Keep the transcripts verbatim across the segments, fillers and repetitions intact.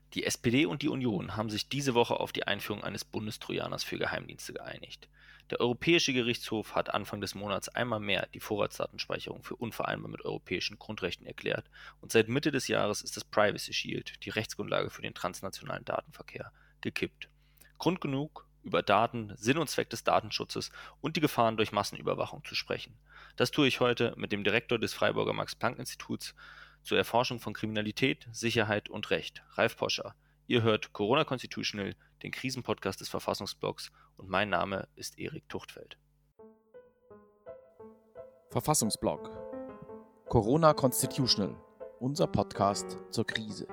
Die S P D und die Union haben sich diese Woche auf die Einführung eines Bundestrojaners für Geheimdienste geeinigt. Der Europäische Gerichtshof hat Anfang des Monats einmal mehr die Vorratsdatenspeicherung für unvereinbar mit europäischen Grundrechten erklärt und seit Mitte des Jahres ist das Privacy Shield, die Rechtsgrundlage für den transnationalen Datenverkehr, gekippt. Grund genug, über Daten, Sinn und Zweck des Datenschutzes und die Gefahren durch Massenüberwachung zu sprechen. Das tue ich heute mit dem Direktor des Freiburger Max-Planck-Instituts zur Erforschung von Kriminalität, Sicherheit und Recht, Ralf Poscher. Ihr hört Corona Constitutional, den Krisenpodcast des Verfassungsblogs, und mein Name ist Erik Tuchtfeld. Verfassungsblog Corona Constitutional, unser Podcast zur Krise.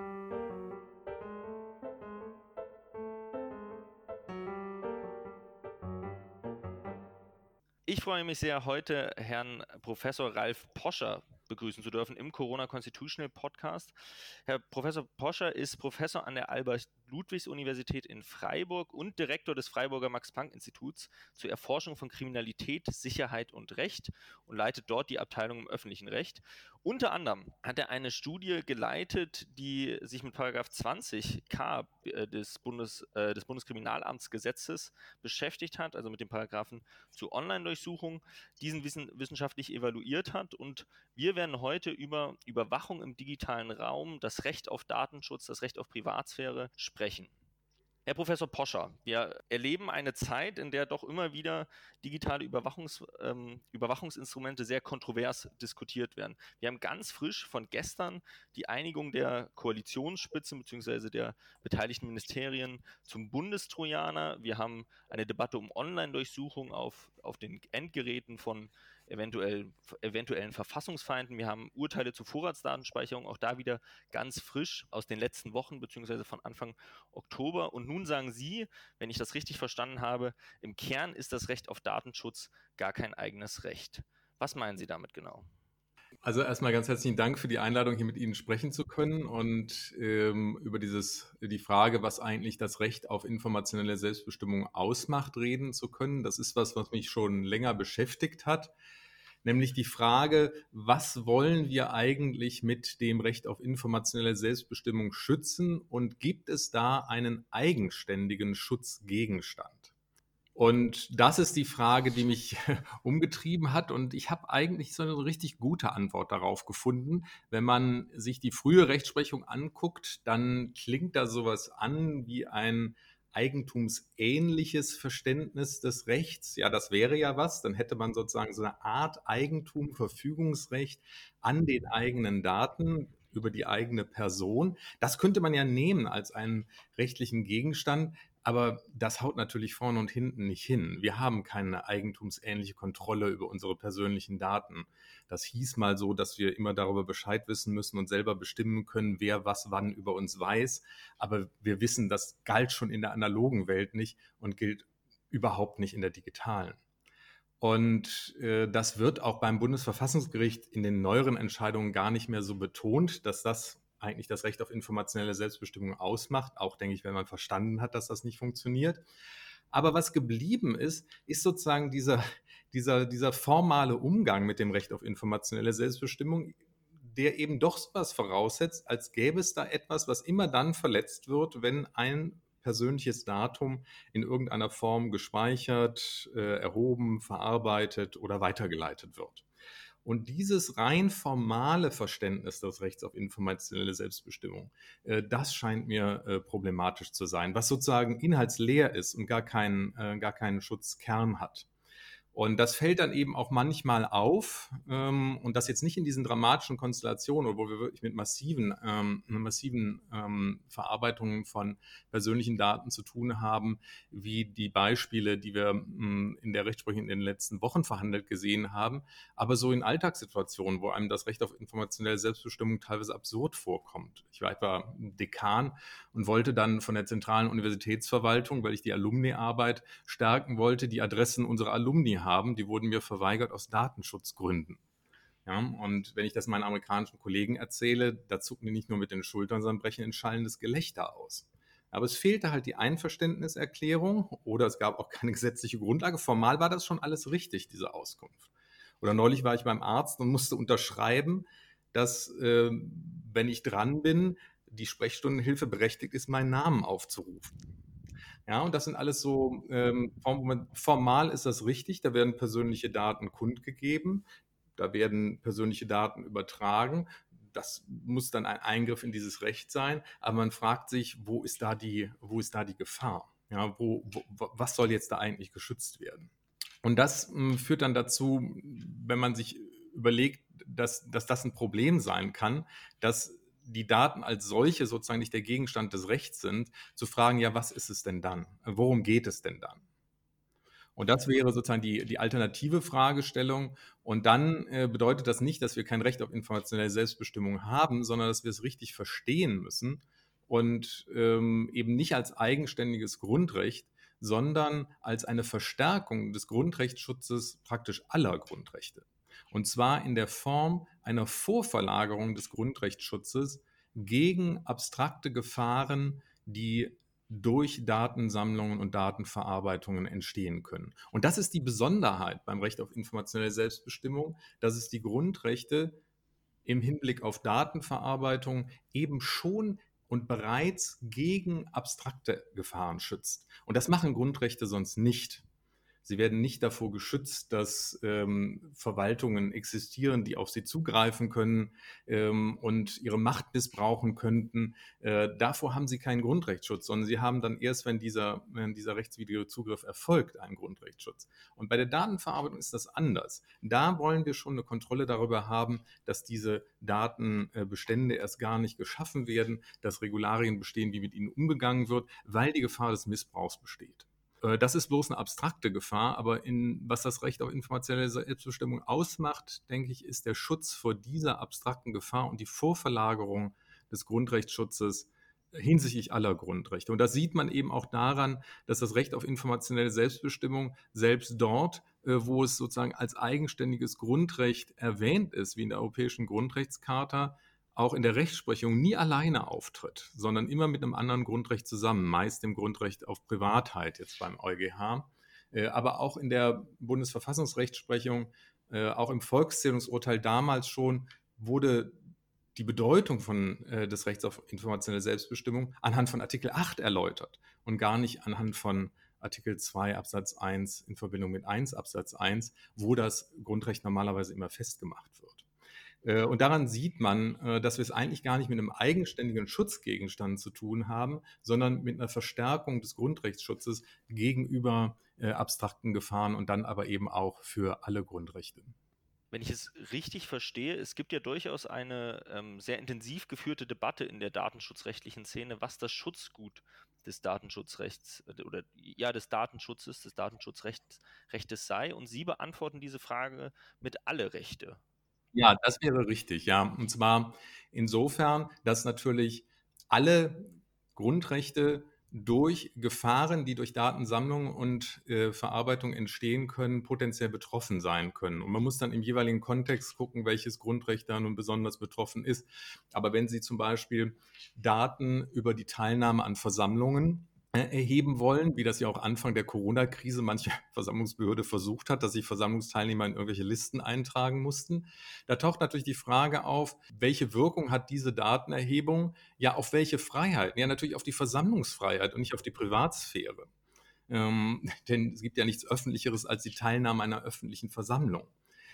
Ich freue mich sehr, heute Herrn Professor Ralf Poscher begrüßen zu dürfen im Corona Constitutional Podcast. Herr Professor Poscher ist Professor an der Albert-Ludwigs-Universität in Freiburg und Direktor des Freiburger Max-Planck-Instituts zur Erforschung von Kriminalität, Sicherheit und Recht und leitet dort die Abteilung im öffentlichen Recht. Unter anderem hat er eine Studie geleitet, die sich mit Paragraph zwanzig K des, Bundes, äh, des Bundeskriminalamtsgesetzes beschäftigt hat, also mit dem Paragraphen zur Online-Durchsuchung, diesen wissen, wissenschaftlich evaluiert hat, und wir werden heute über Überwachung im digitalen Raum, das Recht auf Datenschutz, das Recht auf Privatsphäre sprechen. Herr Professor Poscher, wir erleben eine Zeit, in der doch immer wieder digitale Überwachungs, ähm, Überwachungsinstrumente sehr kontrovers diskutiert werden. Wir haben ganz frisch von gestern die Einigung der Koalitionsspitze bzw. der beteiligten Ministerien zum Bundestrojaner. Wir haben eine Debatte um Online-Durchsuchung auf, auf den Endgeräten von eventuell, eventuellen Verfassungsfeinden. Wir haben Urteile zur Vorratsdatenspeicherung, auch da wieder ganz frisch aus den letzten Wochen bzw. von Anfang Oktober. Und nun sagen Sie, wenn ich das richtig verstanden habe, im Kern ist das Recht auf Datenschutz gar kein eigenes Recht. Was meinen Sie damit genau? Also erstmal ganz herzlichen Dank für die Einladung, hier mit Ihnen sprechen zu können und ähm, über dieses, die Frage, was eigentlich das Recht auf informationelle Selbstbestimmung ausmacht, reden zu können. Das ist was, was mich schon länger beschäftigt hat, nämlich die Frage, was wollen wir eigentlich mit dem Recht auf informationelle Selbstbestimmung schützen und gibt es da einen eigenständigen Schutzgegenstand? Und das ist die Frage, die mich umgetrieben hat. Und ich habe eigentlich so eine richtig gute Antwort darauf gefunden. Wenn man sich die frühe Rechtsprechung anguckt, dann klingt da sowas an wie ein eigentumsähnliches Verständnis des Rechts. Ja, das wäre ja was. Dann hätte man sozusagen so eine Art Eigentum, Verfügungsrecht an den eigenen Daten über die eigene Person. Das könnte man ja nehmen als einen rechtlichen Gegenstand. Aber das haut natürlich vorne und hinten nicht hin. Wir haben keine eigentumsähnliche Kontrolle über unsere persönlichen Daten. Das hieß mal so, dass wir immer darüber Bescheid wissen müssen und selber bestimmen können, wer was wann über uns weiß. Aber wir wissen, das galt schon in der analogen Welt nicht und gilt überhaupt nicht in der digitalen. Und äh, das wird auch beim Bundesverfassungsgericht in den neueren Entscheidungen gar nicht mehr so betont, dass das eigentlich das Recht auf informationelle Selbstbestimmung ausmacht, auch denke ich, wenn man verstanden hat, dass das nicht funktioniert. Aber was geblieben ist, ist sozusagen dieser, dieser, dieser formale Umgang mit dem Recht auf informationelle Selbstbestimmung, der eben doch sowas voraussetzt, als gäbe es da etwas, was immer dann verletzt wird, wenn ein persönliches Datum in irgendeiner Form gespeichert, äh, erhoben, verarbeitet oder weitergeleitet wird. Und dieses rein formale Verständnis des Rechts auf informationelle Selbstbestimmung, äh, das scheint mir äh, problematisch zu sein, was sozusagen inhaltsleer ist und gar keinen, äh, gar keinen Schutzkern hat. Und das fällt dann eben auch manchmal auf, ähm, und das jetzt nicht in diesen dramatischen Konstellationen, wo wir wirklich mit massiven, ähm, massiven ähm, Verarbeitungen von persönlichen Daten zu tun haben, wie die Beispiele, die wir ähm, in der Rechtsprechung in den letzten Wochen verhandelt gesehen haben, aber so in Alltagssituationen, wo einem das Recht auf informationelle Selbstbestimmung teilweise absurd vorkommt. Ich war etwa Dekan und wollte dann von der zentralen Universitätsverwaltung, weil ich die Alumni-Arbeit stärken wollte, die Adressen unserer Alumni haben, die wurden mir verweigert aus Datenschutzgründen. Ja, und wenn ich das meinen amerikanischen Kollegen erzähle, da zucken die nicht nur mit den Schultern, sondern brechen in schallendes Gelächter aus. Aber es fehlte halt die Einverständniserklärung oder es gab auch keine gesetzliche Grundlage. Formal war das schon alles richtig, diese Auskunft. Oder neulich war ich beim Arzt und musste unterschreiben, dass, äh, wenn ich dran bin, die Sprechstundenhilfe berechtigt ist, meinen Namen aufzurufen. Ja, und das sind alles so, ähm, formal ist das richtig, da werden persönliche Daten kundgegeben, da werden persönliche Daten übertragen. Das muss dann ein Eingriff in dieses Recht sein, aber man fragt sich, wo ist da die, wo ist da die Gefahr? Ja, wo, wo, was soll jetzt da eigentlich geschützt werden? Und das mh, führt dann dazu, wenn man sich überlegt, dass, dass das ein Problem sein kann, dass die Daten als solche sozusagen nicht der Gegenstand des Rechts sind, zu fragen, ja, was ist es denn dann? Worum geht es denn dann? Und das wäre sozusagen die, die alternative Fragestellung. Und dann äh, bedeutet das nicht, dass wir kein Recht auf informationelle Selbstbestimmung haben, sondern dass wir es richtig verstehen müssen und ähm, eben nicht als eigenständiges Grundrecht, sondern als eine Verstärkung des Grundrechtsschutzes praktisch aller Grundrechte. Und zwar in der Form einer Vorverlagerung des Grundrechtsschutzes gegen abstrakte Gefahren, die durch Datensammlungen und Datenverarbeitungen entstehen können. Und das ist die Besonderheit beim Recht auf informationelle Selbstbestimmung, dass es die Grundrechte im Hinblick auf Datenverarbeitung eben schon und bereits gegen abstrakte Gefahren schützt. Und das machen Grundrechte sonst nicht. Sie werden nicht davor geschützt, dass ähm, Verwaltungen existieren, die auf sie zugreifen können ähm, und ihre Macht missbrauchen könnten. Äh, davor haben sie keinen Grundrechtsschutz, sondern sie haben dann erst, wenn dieser, wenn dieser rechtswidrige Zugriff erfolgt, einen Grundrechtsschutz. Und bei der Datenverarbeitung ist das anders. Da wollen wir schon eine Kontrolle darüber haben, dass diese Datenbestände erst gar nicht geschaffen werden, dass Regularien bestehen, wie mit ihnen umgegangen wird, weil die Gefahr des Missbrauchs besteht. Das ist bloß eine abstrakte Gefahr, aber in, was das Recht auf informationelle Selbstbestimmung ausmacht, denke ich, ist der Schutz vor dieser abstrakten Gefahr und die Vorverlagerung des Grundrechtsschutzes hinsichtlich aller Grundrechte. Und das sieht man eben auch daran, dass das Recht auf informationelle Selbstbestimmung selbst dort, wo es sozusagen als eigenständiges Grundrecht erwähnt ist, wie in der Europäischen Grundrechtscharta, auch in der Rechtsprechung nie alleine auftritt, sondern immer mit einem anderen Grundrecht zusammen, meist dem Grundrecht auf Privatheit, jetzt beim EuGH, äh, aber auch in der Bundesverfassungsrechtsprechung, äh, auch im Volkszählungsurteil damals schon, wurde die Bedeutung von, äh, des Rechts auf informationelle Selbstbestimmung anhand von Artikel acht erläutert und gar nicht anhand von Artikel zwei Absatz eins in Verbindung mit eins Absatz eins, wo das Grundrecht normalerweise immer festgemacht wird. Und daran sieht man, dass wir es eigentlich gar nicht mit einem eigenständigen Schutzgegenstand zu tun haben, sondern mit einer Verstärkung des Grundrechtsschutzes gegenüber abstrakten Gefahren und dann aber eben auch für alle Grundrechte. Wenn ich es richtig verstehe, es gibt ja durchaus eine ähm, sehr intensiv geführte Debatte in der datenschutzrechtlichen Szene, was das Schutzgut des Datenschutzrechts oder ja des Datenschutzes, des Datenschutzrechts Rechtes sei. Und Sie beantworten diese Frage mit alle Rechte. Ja, das wäre richtig, ja. Und zwar insofern, dass natürlich alle Grundrechte durch Gefahren, die durch Datensammlung und äh, Verarbeitung entstehen können, potenziell betroffen sein können. Und man muss dann im jeweiligen Kontext gucken, welches Grundrecht da nun besonders betroffen ist. Aber wenn Sie zum Beispiel Daten über die Teilnahme an Versammlungen erheben wollen, wie das ja auch Anfang der Corona-Krise manche Versammlungsbehörde versucht hat, dass sich Versammlungsteilnehmer in irgendwelche Listen eintragen mussten. Da taucht natürlich die Frage auf, welche Wirkung hat diese Datenerhebung ja auf welche Freiheit? Ja, natürlich auf die Versammlungsfreiheit und nicht auf die Privatsphäre. Ähm, denn es gibt ja nichts Öffentlicheres als die Teilnahme einer öffentlichen Versammlung.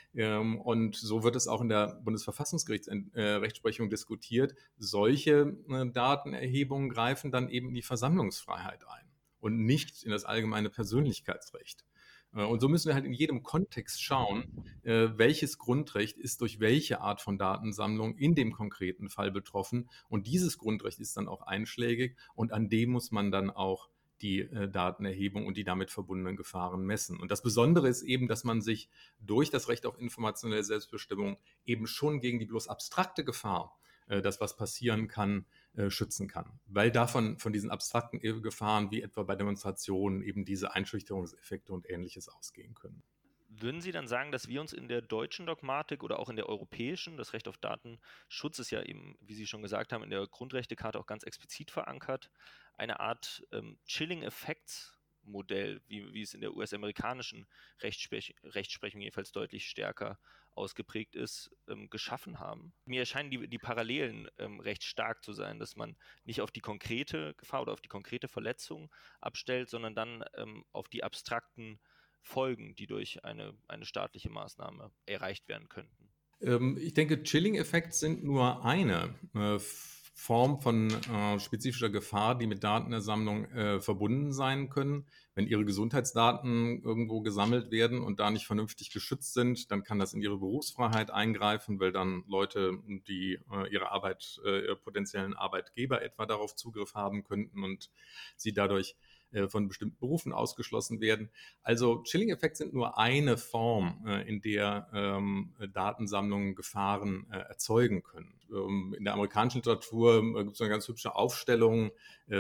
Und so wird es auch in der Bundesverfassungsgerichtsrechtsprechung diskutiert. Solche Datenerhebungen greifen dann eben in die Versammlungsfreiheit ein und nicht in das allgemeine Persönlichkeitsrecht. Und so müssen wir halt in jedem Kontext schauen, welches Grundrecht ist durch welche Art von Datensammlung in dem konkreten Fall betroffen. Und dieses Grundrecht ist dann auch einschlägig und an dem muss man dann auch die äh, Datenerhebung und die damit verbundenen Gefahren messen. Und das Besondere ist eben, dass man sich durch das Recht auf informationelle Selbstbestimmung eben schon gegen die bloß abstrakte Gefahr, äh, dass was passieren kann, äh, schützen kann. Weil davon, von diesen abstrakten Gefahren, wie etwa bei Demonstrationen, eben diese Einschüchterungseffekte und Ähnliches ausgehen können. Würden Sie dann sagen, dass wir uns in der deutschen Dogmatik oder auch in der europäischen, das Recht auf Datenschutz ist ja eben, wie Sie schon gesagt haben, in der Grundrechtecharta auch ganz explizit verankert, eine Art ähm, Chilling Effects Modell, wie, wie es in der U S-amerikanischen Rechtsprech Rechtsprechung jedenfalls deutlich stärker ausgeprägt ist, ähm, geschaffen haben. Mir erscheinen die, die Parallelen ähm, recht stark zu sein, dass man nicht auf die konkrete Gefahr oder auf die konkrete Verletzung abstellt, sondern dann ähm, auf die abstrakten Folgen, die durch eine, eine staatliche Maßnahme erreicht werden könnten. Ähm, ich denke, Chilling-Effekte sind nur eine äh, Form von äh, spezifischer Gefahr, die mit Datenersammlung äh, verbunden sein können. Wenn Ihre Gesundheitsdaten irgendwo gesammelt werden und da nicht vernünftig geschützt sind, dann kann das in Ihre Berufsfreiheit eingreifen, weil dann Leute, die äh, ihre Arbeit, äh, ihre potenziellen Arbeitgeber etwa darauf Zugriff haben könnten und sie dadurch äh, von bestimmten Berufen ausgeschlossen werden. Also Chilling-Effekte sind nur eine Form, äh, in der ähm, Datensammlungen Gefahren äh, erzeugen können. Ähm, in der amerikanischen Literatur äh, gibt es eine ganz hübsche Aufstellung,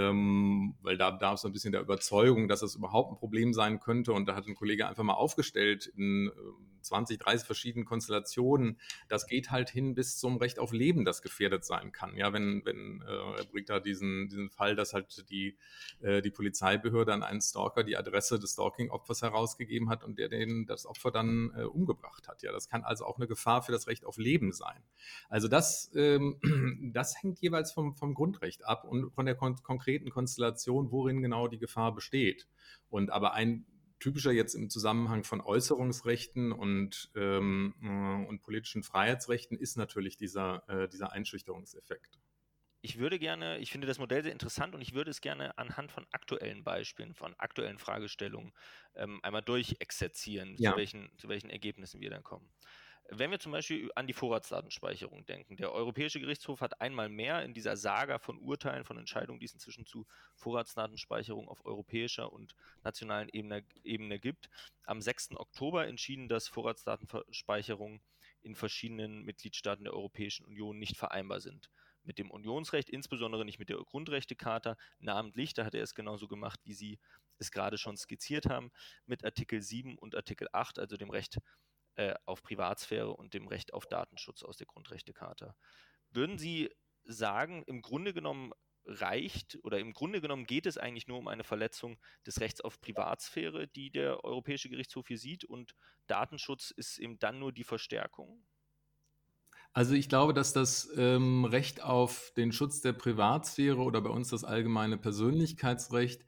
ähm, weil da bedarf es ein bisschen der Überzeugung, dass das überhaupt ein Problem sein könnte. Und da hat ein Kollege einfach mal aufgestellt in äh, zwanzig, dreißig verschiedenen Konstellationen. Das geht halt hin bis zum Recht auf Leben, das gefährdet sein kann. Ja, wenn, wenn äh, er bringt da diesen, diesen Fall, dass halt die, äh, die Polizeibehörde an einen Stalker die Adresse des Stalking-Opfers herausgegeben hat und der den, das Opfer dann äh, umgebracht hat. Ja, das kann also auch eine Gefahr für das Recht auf Leben sein. Also das, ähm, das hängt jeweils vom, vom Grundrecht ab und von der kon- konkreten Konstellation, worin genau die Gefahr besteht. Und aber ein typischer jetzt im Zusammenhang von Äußerungsrechten und, ähm, äh, und politischen Freiheitsrechten ist natürlich dieser, äh, dieser Einschüchterungseffekt. Ich würde gerne, ich finde das Modell sehr interessant und ich würde es gerne anhand von aktuellen Beispielen, von aktuellen Fragestellungen ähm, einmal durchexerzieren, Ja. zu welchen, zu welchen Ergebnissen wir dann kommen. Wenn wir zum Beispiel an die Vorratsdatenspeicherung denken, der Europäische Gerichtshof hat einmal mehr in dieser Saga von Urteilen, von Entscheidungen, die es inzwischen zu Vorratsdatenspeicherung auf europäischer und nationalen Ebene, Ebene gibt, am sechsten Oktober entschieden, dass Vorratsdatenspeicherungen in verschiedenen Mitgliedstaaten der Europäischen Union nicht vereinbar sind mit dem Unionsrecht, insbesondere nicht mit der Grundrechtecharta, namentlich, da hat er es genauso gemacht, wie Sie es gerade schon skizziert haben, mit Artikel sieben und Artikel acht, also dem Recht äh, auf Privatsphäre und dem Recht auf Datenschutz aus der Grundrechtecharta. Würden Sie sagen, im Grunde genommen reicht oder im Grunde genommen geht es eigentlich nur um eine Verletzung des Rechts auf Privatsphäre, die der Europäische Gerichtshof hier sieht, und Datenschutz ist eben dann nur die Verstärkung? Also ich glaube, dass das ähm, Recht auf den Schutz der Privatsphäre oder bei uns das allgemeine Persönlichkeitsrecht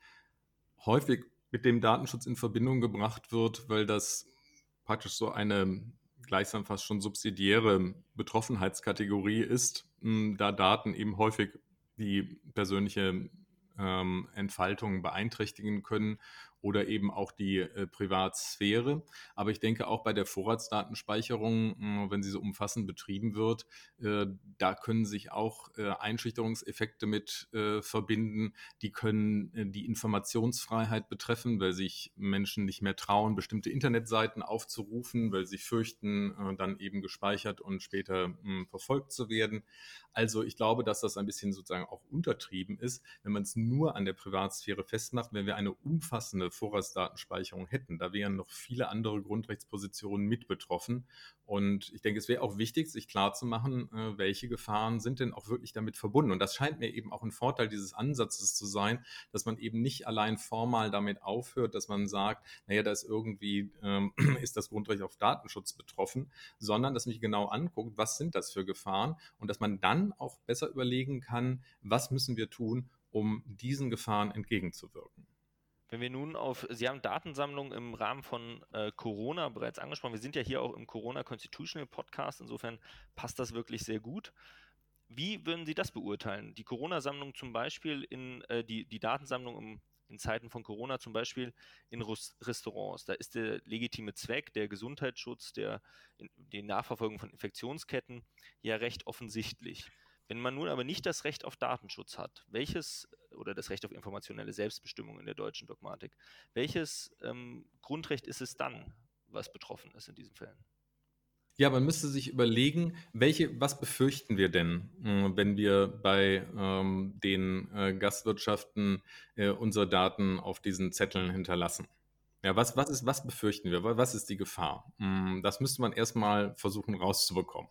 häufig mit dem Datenschutz in Verbindung gebracht wird, weil das praktisch so eine gleichsam fast schon subsidiäre Betroffenheitskategorie ist, mh, da Daten eben häufig die persönliche ähm, Entfaltung beeinträchtigen können oder eben auch die äh, Privatsphäre. Aber ich denke auch bei der Vorratsdatenspeicherung, mh, wenn sie so umfassend betrieben wird, äh, da können sich auch äh, Einschüchterungseffekte mit äh, verbinden. Die können äh, die Informationsfreiheit betreffen, weil sich Menschen nicht mehr trauen, bestimmte Internetseiten aufzurufen, weil sie fürchten, äh, dann eben gespeichert und später mh, verfolgt zu werden. Also ich glaube, dass das ein bisschen sozusagen auch untertrieben ist, wenn man es nur an der Privatsphäre festmacht, wenn wir eine umfassende Vorratsdatenspeicherung hätten. Da wären noch viele andere Grundrechtspositionen mit betroffen. Und ich denke, es wäre auch wichtig, sich klarzumachen, welche Gefahren sind denn auch wirklich damit verbunden. Und das scheint mir eben auch ein Vorteil dieses Ansatzes zu sein, dass man eben nicht allein formal damit aufhört, dass man sagt, naja, da ist irgendwie, ähm, ist das Grundrecht auf Datenschutz betroffen, sondern dass man sich genau anguckt, was sind das für Gefahren und dass man dann auch besser überlegen kann, was müssen wir tun, um diesen Gefahren entgegenzuwirken. Wenn wir nun auf, Sie haben Datensammlung im Rahmen von äh, Corona bereits angesprochen. Wir sind ja hier auch im Corona Constitutional Podcast, insofern passt das wirklich sehr gut. Wie würden Sie das beurteilen? Die Corona-Sammlung zum Beispiel, in äh, die, die Datensammlung im, in Zeiten von Corona zum Beispiel in Rus- Restaurants. Da ist der legitime Zweck, der Gesundheitsschutz, der, in, die Nachverfolgung von Infektionsketten ja recht offensichtlich. Wenn man nun aber nicht das Recht auf Datenschutz hat, welches, oder das Recht auf informationelle Selbstbestimmung in der deutschen Dogmatik, welches ähm, Grundrecht ist es dann, was betroffen ist in diesen Fällen? Ja, man müsste sich überlegen, welche, was befürchten wir denn, äh, wenn wir bei ähm, den äh, Gastwirtschaften äh, unsere Daten auf diesen Zetteln hinterlassen? Ja, was, was ist, was befürchten wir? Was ist die Gefahr? Mm, Das müsste man erstmal versuchen rauszubekommen.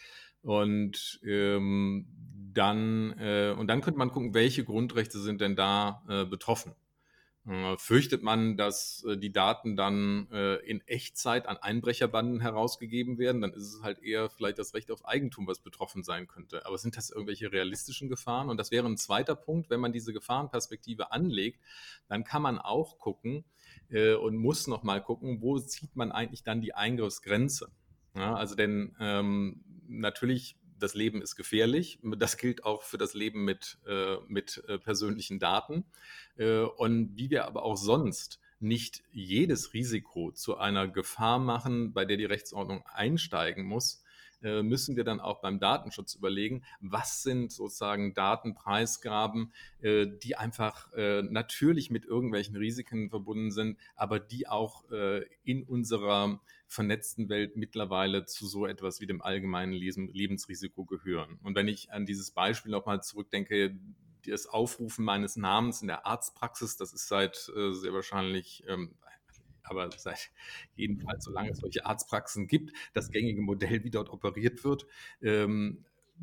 Und ähm, dann, äh, und dann könnte man gucken, welche Grundrechte sind denn da äh, betroffen. Äh, fürchtet man, dass äh, die Daten dann äh, in Echtzeit an Einbrecherbanden herausgegeben werden, dann ist es halt eher vielleicht das Recht auf Eigentum, was betroffen sein könnte. Aber sind das irgendwelche realistischen Gefahren? Und das wäre ein zweiter Punkt, wenn man diese Gefahrenperspektive anlegt, dann kann man auch gucken äh, und muss nochmal gucken, wo zieht man eigentlich dann die Eingriffsgrenze? Ja, also denn ähm, natürlich, das Leben ist gefährlich. Das gilt auch für das Leben mit, äh, mit äh, persönlichen Daten. Äh, und wie wir aber auch sonst nicht jedes Risiko zu einer Gefahr machen, bei der die Rechtsordnung einsteigen muss, äh, müssen wir dann auch beim Datenschutz überlegen, was sind sozusagen Datenpreisgaben, äh, die einfach äh, natürlich mit irgendwelchen Risiken verbunden sind, aber die auch äh, in unserer vernetzten Welt mittlerweile zu so etwas wie dem allgemeinen Lebensrisiko gehören. Und wenn ich an dieses Beispiel nochmal zurückdenke, das Aufrufen meines Namens in der Arztpraxis, das ist seit äh, sehr wahrscheinlich, ähm, aber seit jedenfalls, solange es solche Arztpraxen gibt, das gängige Modell, wie dort operiert wird. Ähm,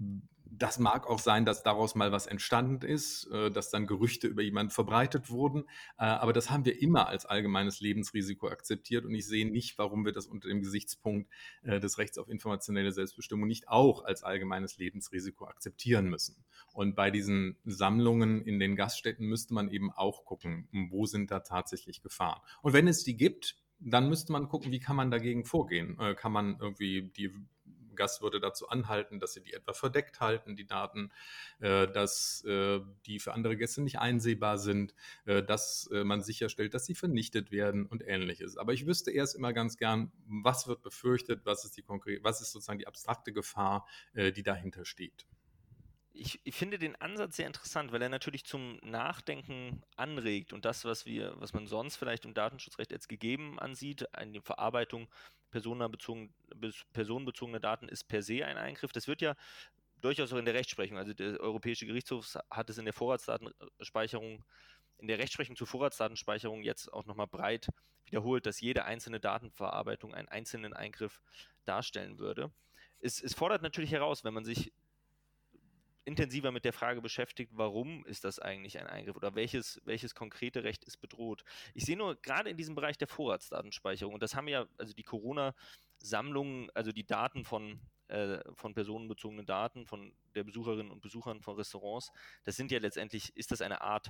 Das mag auch sein, dass daraus mal was entstanden ist, äh, dass dann Gerüchte über jemanden verbreitet wurden. Äh, Aber das haben wir immer als allgemeines Lebensrisiko akzeptiert. Und ich sehe nicht, warum wir das unter dem Gesichtspunkt äh, des Rechts auf informationelle Selbstbestimmung nicht auch als allgemeines Lebensrisiko akzeptieren müssen. Und bei diesen Sammlungen in den Gaststätten müsste man eben auch gucken, wo sind da tatsächlich Gefahren. Und wenn es die gibt, dann müsste man gucken, wie kann man dagegen vorgehen? Äh, Kann man irgendwie die Gastwirte dazu anhalten, dass sie die etwa verdeckt halten, die Daten, äh, dass äh, die für andere Gäste nicht einsehbar sind, äh, dass äh, man sicherstellt, dass sie vernichtet werden und Ähnliches. Aber ich wüsste erst immer ganz gern, was wird befürchtet, was ist die konkrete, was ist sozusagen die abstrakte Gefahr, äh, die dahinter steht. Ich, ich finde den Ansatz sehr interessant, weil er natürlich zum Nachdenken anregt und das, was wir, was man sonst vielleicht im Datenschutzrecht als gegeben ansieht, eine Verarbeitung personenbezogen, personenbezogener Daten ist per se ein Eingriff. Das wird ja durchaus auch in der Rechtsprechung, also der Europäische Gerichtshof hat es in der Vorratsdatenspeicherung, in der Rechtsprechung zur Vorratsdatenspeicherung jetzt auch nochmal breit wiederholt, dass jede einzelne Datenverarbeitung einen einzelnen Eingriff darstellen würde. Es, es fordert natürlich heraus, wenn man sich intensiver mit der Frage beschäftigt, warum ist das eigentlich ein Eingriff oder welches, welches konkrete Recht ist bedroht. Ich sehe nur gerade in diesem Bereich der Vorratsdatenspeicherung, und das haben ja, also die Corona-Sammlungen, also die Daten von, äh, von personenbezogenen Daten von der Besucherinnen und Besuchern von Restaurants, das sind ja letztendlich, ist das eine Art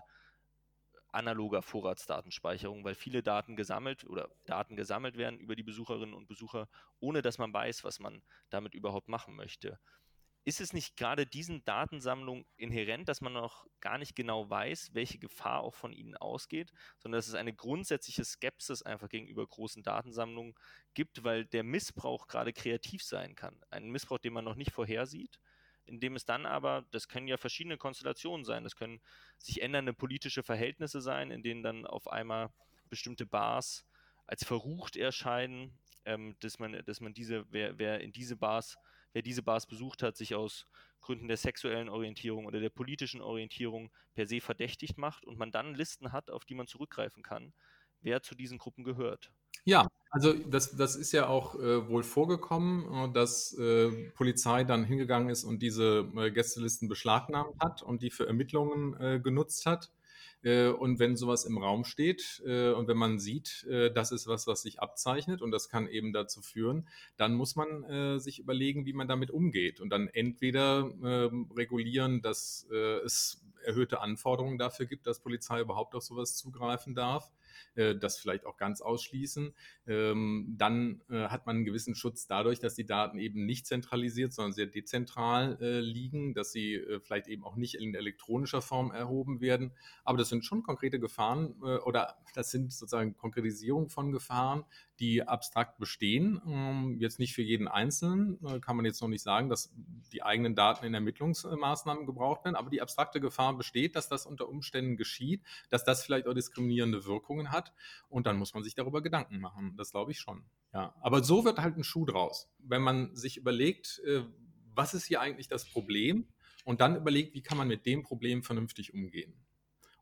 analoger Vorratsdatenspeicherung, weil viele Daten gesammelt oder Daten gesammelt werden über die Besucherinnen und Besucher, ohne dass man weiß, was man damit überhaupt machen möchte. Ist es nicht gerade diesen Datensammlungen inhärent, dass man noch gar nicht genau weiß, welche Gefahr auch von ihnen ausgeht, sondern dass es eine grundsätzliche Skepsis einfach gegenüber großen Datensammlungen gibt, weil der Missbrauch gerade kreativ sein kann. Ein Missbrauch, den man noch nicht vorhersieht, in dem es dann aber, das können ja verschiedene Konstellationen sein, das können sich ändernde politische Verhältnisse sein, in denen dann auf einmal bestimmte Bars als verrucht erscheinen, ähm, dass man, dass man diese, wer, wer in diese Bars wer diese Bars besucht hat, sich aus Gründen der sexuellen Orientierung oder der politischen Orientierung per se verdächtigt macht und man dann Listen hat, auf die man zurückgreifen kann, wer zu diesen Gruppen gehört. Ja, also das, das ist ja auch äh, wohl vorgekommen, äh, dass äh, Polizei dann hingegangen ist und diese äh, Gästelisten beschlagnahmt hat und die für Ermittlungen äh, genutzt hat. Äh, und wenn sowas im Raum steht äh, und wenn man sieht, äh, das ist was, was sich abzeichnet und das kann eben dazu führen, dann muss man äh, sich überlegen, wie man damit umgeht und dann entweder äh, regulieren, dass äh, es erhöhte Anforderungen dafür gibt, dass Polizei überhaupt auf sowas zugreifen darf, äh, das vielleicht auch ganz ausschließen. Ähm, dann äh, hat man einen gewissen Schutz dadurch, dass die Daten eben nicht zentralisiert, sondern sehr dezentral äh, liegen, dass sie äh, vielleicht eben auch nicht in elektronischer Form erhoben werden. Aber das sind schon konkrete Gefahren äh, oder das sind sozusagen Konkretisierung von Gefahren, die abstrakt bestehen. Ähm, jetzt nicht für jeden Einzelnen, äh, kann man jetzt noch nicht sagen, dass die eigenen Daten in Ermittlungsmaßnahmen gebraucht werden, aber die abstrakte Gefahr besteht, dass das unter Umständen geschieht, dass das vielleicht auch diskriminierende Wirkungen hat und dann muss man sich darüber Gedanken machen. Das glaube ich schon. Ja, aber so wird halt ein Schuh draus. Wenn man sich überlegt, äh, was ist hier eigentlich das Problem und dann überlegt, wie kann man mit dem Problem vernünftig umgehen.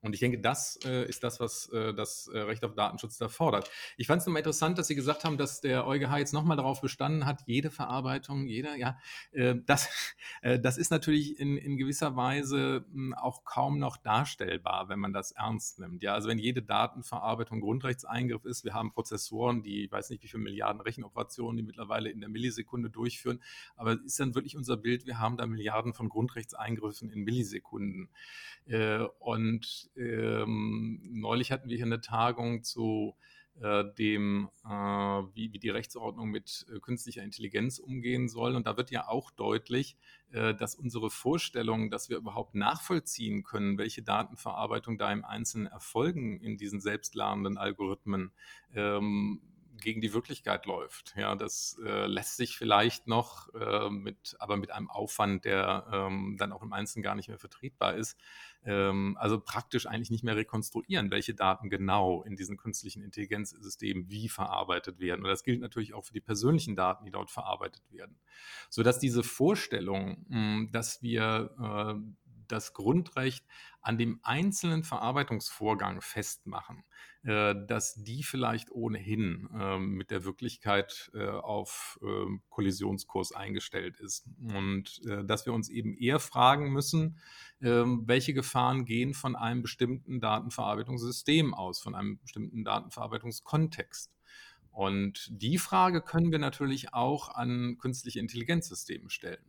Und ich denke, das äh, ist das, was äh, das äh, Recht auf Datenschutz da fordert. Ich fand es nochmal interessant, dass Sie gesagt haben, dass der EuGH jetzt nochmal darauf bestanden hat, jede Verarbeitung, jeder, ja, äh, das, äh, das ist natürlich in, in gewisser Weise mh, auch kaum noch darstellbar, wenn man das ernst nimmt. Ja, also wenn jede Datenverarbeitung Grundrechtseingriff ist, wir haben Prozessoren, die, ich weiß nicht, wie viele Milliarden Rechenoperationen die mittlerweile in der Millisekunde durchführen, aber ist dann wirklich unser Bild, wir haben da Milliarden von Grundrechtseingriffen in Millisekunden. Äh, und ähm, neulich hatten wir hier eine Tagung zu äh, dem, äh, wie, wie die Rechtsordnung mit äh, künstlicher Intelligenz umgehen soll. Und da wird ja auch deutlich, äh, dass unsere Vorstellung, dass wir überhaupt nachvollziehen können, welche Datenverarbeitung da im Einzelnen erfolgen in diesen selbstlernenden Algorithmen, ähm, gegen die Wirklichkeit läuft. Ja, das äh, lässt sich vielleicht noch äh, mit, aber mit einem Aufwand, der ähm, dann auch im Einzelnen gar nicht mehr vertretbar ist, ähm, also praktisch eigentlich nicht mehr rekonstruieren, welche Daten genau in diesen künstlichen Intelligenzsystemen wie verarbeitet werden. Und das gilt natürlich auch für die persönlichen Daten, die dort verarbeitet werden. Sodass diese Vorstellung, mh, dass wir äh, das Grundrecht an dem einzelnen Verarbeitungsvorgang festmachen, äh, dass die vielleicht ohnehin äh, mit der Wirklichkeit äh, auf äh, Kollisionskurs eingestellt ist. Und äh, dass wir uns eben eher fragen müssen, äh, welche Gefahren gehen von einem bestimmten Datenverarbeitungssystem aus, von einem bestimmten Datenverarbeitungskontext. Und die Frage können wir natürlich auch an künstliche Intelligenzsysteme stellen.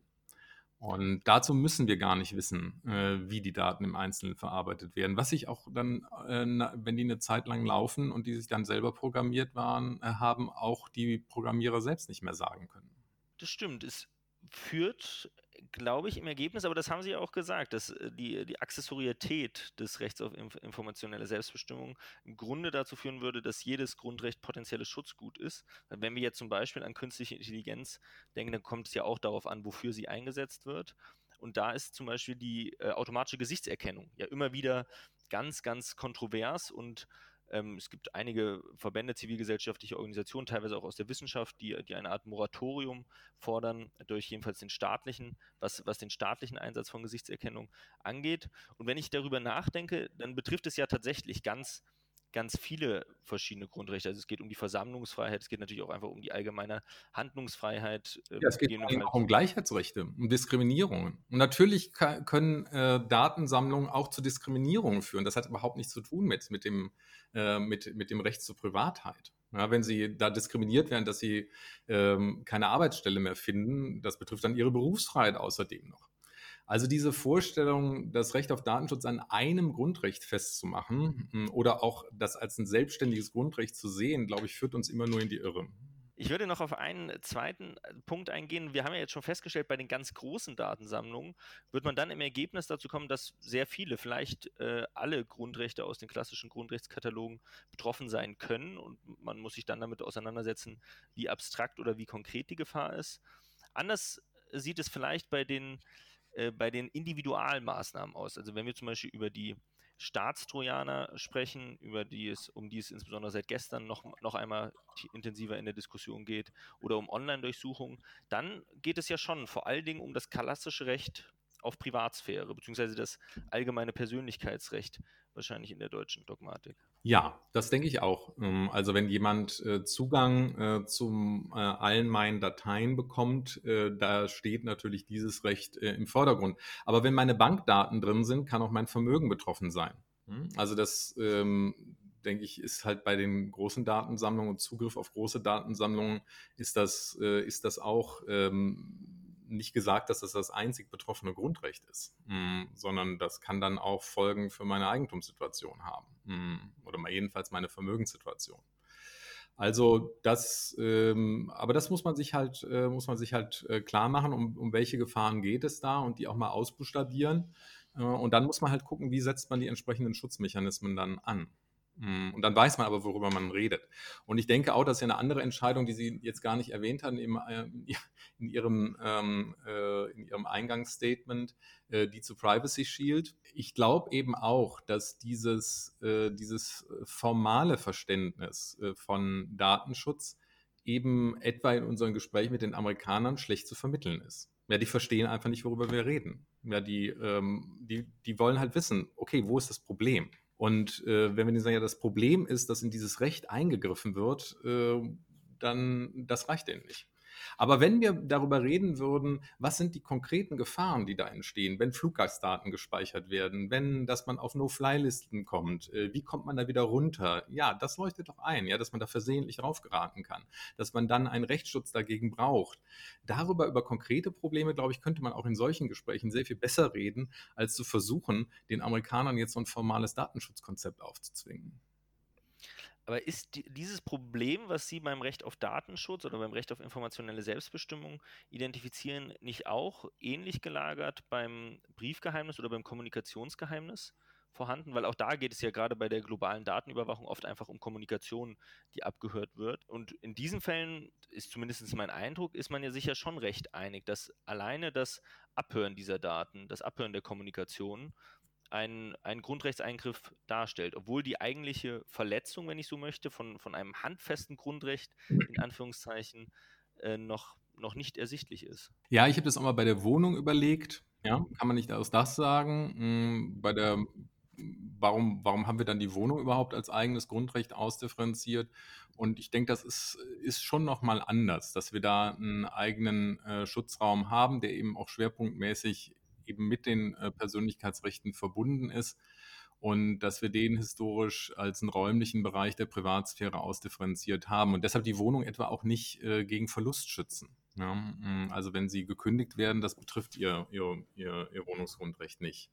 Und dazu müssen wir gar nicht wissen, äh, wie die Daten im Einzelnen verarbeitet werden. Was sich auch dann, äh, na, wenn die eine Zeit lang laufen und die sich dann selber programmiert waren, äh, haben, auch die Programmierer selbst nicht mehr sagen können. Das stimmt. Es führt, glaube ich, im Ergebnis, aber das haben Sie ja auch gesagt, dass äh, die, die Accessorietät des Rechts auf inf informationelle Selbstbestimmung im Grunde dazu führen würde, dass jedes Grundrecht potenzielles Schutzgut ist. Wenn wir jetzt zum Beispiel an künstliche Intelligenz denken, dann kommt es ja auch darauf an, wofür sie eingesetzt wird. Und da ist zum Beispiel die äh, automatische Gesichtserkennung ja immer wieder ganz, ganz kontrovers und ähm, es gibt einige Verbände, zivilgesellschaftliche Organisationen, teilweise auch aus der Wissenschaft, die, die eine Art Moratorium fordern, durch jedenfalls den staatlichen, was, was den staatlichen Einsatz von Gesichtserkennung angeht. Und wenn ich darüber nachdenke, dann betrifft es ja tatsächlich ganz, ganz viele verschiedene Grundrechte. Also es geht um die Versammlungsfreiheit, es geht natürlich auch einfach um die allgemeine Handlungsfreiheit. Äh, Ja, es geht auch um Gleichheitsrechte, um Diskriminierungen. Und natürlich können äh, Datensammlungen auch zu Diskriminierungen führen. Das hat überhaupt nichts zu tun mit, mit, dem, äh, mit, mit dem Recht zur Privatheit. Ja, wenn Sie da diskriminiert werden, dass Sie ähm, keine Arbeitsstelle mehr finden, das betrifft dann Ihre Berufsfreiheit außerdem noch. Also diese Vorstellung, das Recht auf Datenschutz an einem Grundrecht festzumachen oder auch das als ein selbstständiges Grundrecht zu sehen, glaube ich, führt uns immer nur in die Irre. Ich würde noch auf einen zweiten Punkt eingehen. Wir haben ja jetzt schon festgestellt, bei den ganz großen Datensammlungen wird man dann im Ergebnis dazu kommen, dass sehr viele, vielleicht äh, alle Grundrechte aus den klassischen Grundrechtskatalogen betroffen sein können und man muss sich dann damit auseinandersetzen, wie abstrakt oder wie konkret die Gefahr ist. Anders sieht es vielleicht bei den äh, bei den Individualmaßnahmen aus. Also wenn wir zum Beispiel über die Staatstrojaner sprechen, über die es, um die es insbesondere seit gestern noch, noch einmal intensiver in der Diskussion geht, oder um Online-Durchsuchungen, dann geht es ja schon vor allen Dingen um das klassische Recht auf Privatsphäre, beziehungsweise das allgemeine Persönlichkeitsrecht, wahrscheinlich in der deutschen Dogmatik. Ja, das denke ich auch. Also wenn jemand Zugang zu allen meinen Dateien bekommt, da steht natürlich dieses Recht im Vordergrund. Aber wenn meine Bankdaten drin sind, kann auch mein Vermögen betroffen sein. Also das, denke ich, ist halt bei den großen Datensammlungen und Zugriff auf große Datensammlungen ist das, ist das auch nicht gesagt, dass das das einzig betroffene Grundrecht ist, mh, sondern das kann dann auch Folgen für meine Eigentumssituation haben mh, oder mal jedenfalls meine Vermögenssituation. Also das, ähm, aber das muss man sich halt, äh, muss man sich halt äh, klar machen, um, um welche Gefahren geht es da und die auch mal ausbuchstabieren. Äh, und dann muss man halt gucken, wie setzt man die entsprechenden Schutzmechanismen dann an. Und dann weiß man aber, worüber man redet. Und ich denke auch, das ist ja eine andere Entscheidung, die Sie jetzt gar nicht erwähnt haben in Ihrem, ähm, äh, in Ihrem Eingangsstatement, äh, die zu Privacy Shield. Ich glaube eben auch, dass dieses, äh, dieses formale Verständnis äh, von Datenschutz eben etwa in unserem Gespräch mit den Amerikanern schlecht zu vermitteln ist. Ja, die verstehen einfach nicht, worüber wir reden. Ja, die, ähm, die, die wollen halt wissen, okay, wo ist das Problem? Und äh, wenn wir sagen, ja, das Problem ist, dass in dieses Recht eingegriffen wird, äh, dann das reicht denen nicht. Aber wenn wir darüber reden würden, was sind die konkreten Gefahren, die da entstehen, wenn Fluggastdaten gespeichert werden, wenn, dass man auf No-Fly-Listen kommt, äh, wie kommt man da wieder runter? Ja, das leuchtet doch ein, ja, dass man da versehentlich raufgeraten kann, dass man dann einen Rechtsschutz dagegen braucht. Darüber, über konkrete Probleme, glaube ich, könnte man auch in solchen Gesprächen sehr viel besser reden, als zu versuchen, den Amerikanern jetzt so ein formales Datenschutzkonzept aufzuzwingen. Aber ist die, dieses Problem, was Sie beim Recht auf Datenschutz oder beim Recht auf informationelle Selbstbestimmung identifizieren, nicht auch ähnlich gelagert beim Briefgeheimnis oder beim Kommunikationsgeheimnis vorhanden? Weil auch da geht es ja gerade bei der globalen Datenüberwachung oft einfach um Kommunikation, die abgehört wird. Und in diesen Fällen ist zumindest mein Eindruck, ist man ja sicher schon recht einig, dass alleine das Abhören dieser Daten, das Abhören der Kommunikation Ein, ein Grundrechtseingriff darstellt, obwohl die eigentliche Verletzung, wenn ich so möchte, von, von einem handfesten Grundrecht, in Anführungszeichen, äh, noch, noch nicht ersichtlich ist. Ja, ich habe das auch mal bei der Wohnung überlegt. Ja, kann man nicht aus das sagen? Hm, bei der, warum, warum haben wir dann die Wohnung überhaupt als eigenes Grundrecht ausdifferenziert? Und ich denke, das ist, ist schon nochmal anders, dass wir da einen eigenen äh, Schutzraum haben, der eben auch schwerpunktmäßig eben mit den äh, Persönlichkeitsrechten verbunden ist und dass wir den historisch als einen räumlichen Bereich der Privatsphäre ausdifferenziert haben und deshalb die Wohnung etwa auch nicht äh, gegen Verlust schützen. Ja, also wenn sie gekündigt werden, das betrifft ihr, ihr, ihr, ihr Wohnungsgrundrecht nicht.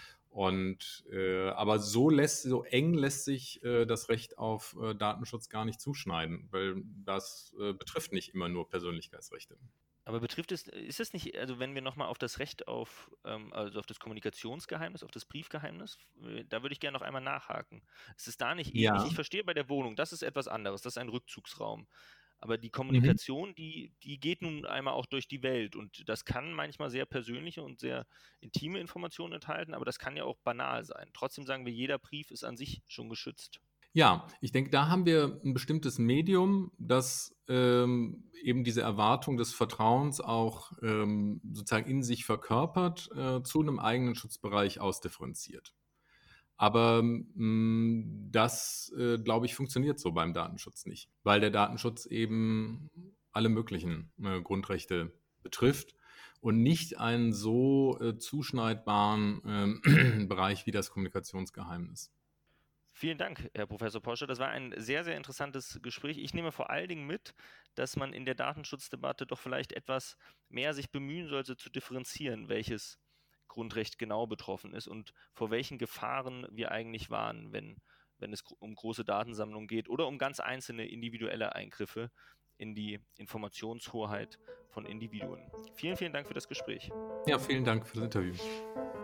Und äh, aber so lässt so eng lässt sich äh, das Recht auf äh, Datenschutz gar nicht zuschneiden, weil das äh, betrifft nicht immer nur Persönlichkeitsrechte. Aber betrifft es, ist es nicht, also wenn wir nochmal auf das Recht auf, ähm, also auf das Kommunikationsgeheimnis, auf das Briefgeheimnis, äh, da würde ich gerne noch einmal nachhaken. Ist es da nicht ähnlich? Ja. Ich verstehe bei der Wohnung, das ist etwas anderes, das ist ein Rückzugsraum. Aber die Mhm. Kommunikation, die, die geht nun einmal auch durch die Welt und das kann manchmal sehr persönliche und sehr intime Informationen enthalten, aber das kann ja auch banal sein. Trotzdem sagen wir, jeder Brief ist an sich schon geschützt. Ja, ich denke, da haben wir ein bestimmtes Medium, das ähm, eben diese Erwartung des Vertrauens auch ähm, sozusagen in sich verkörpert, äh, zu einem eigenen Schutzbereich ausdifferenziert. Aber mh, das, äh, glaube ich, funktioniert so beim Datenschutz nicht, weil der Datenschutz eben alle möglichen äh, Grundrechte betrifft und nicht einen so äh, zuschneidbaren äh, Bereich wie das Kommunikationsgeheimnis. Vielen Dank, Herr Professor Poscher. Das war ein sehr, sehr interessantes Gespräch. Ich nehme vor allen Dingen mit, dass man in der Datenschutzdebatte doch vielleicht etwas mehr sich bemühen sollte, zu differenzieren, welches Grundrecht genau betroffen ist und vor welchen Gefahren wir eigentlich warnen, wenn, wenn es um große Datensammlungen geht oder um ganz einzelne individuelle Eingriffe in die Informationshoheit von Individuen. Vielen, vielen Dank für das Gespräch. Ja, vielen Dank für das Interview.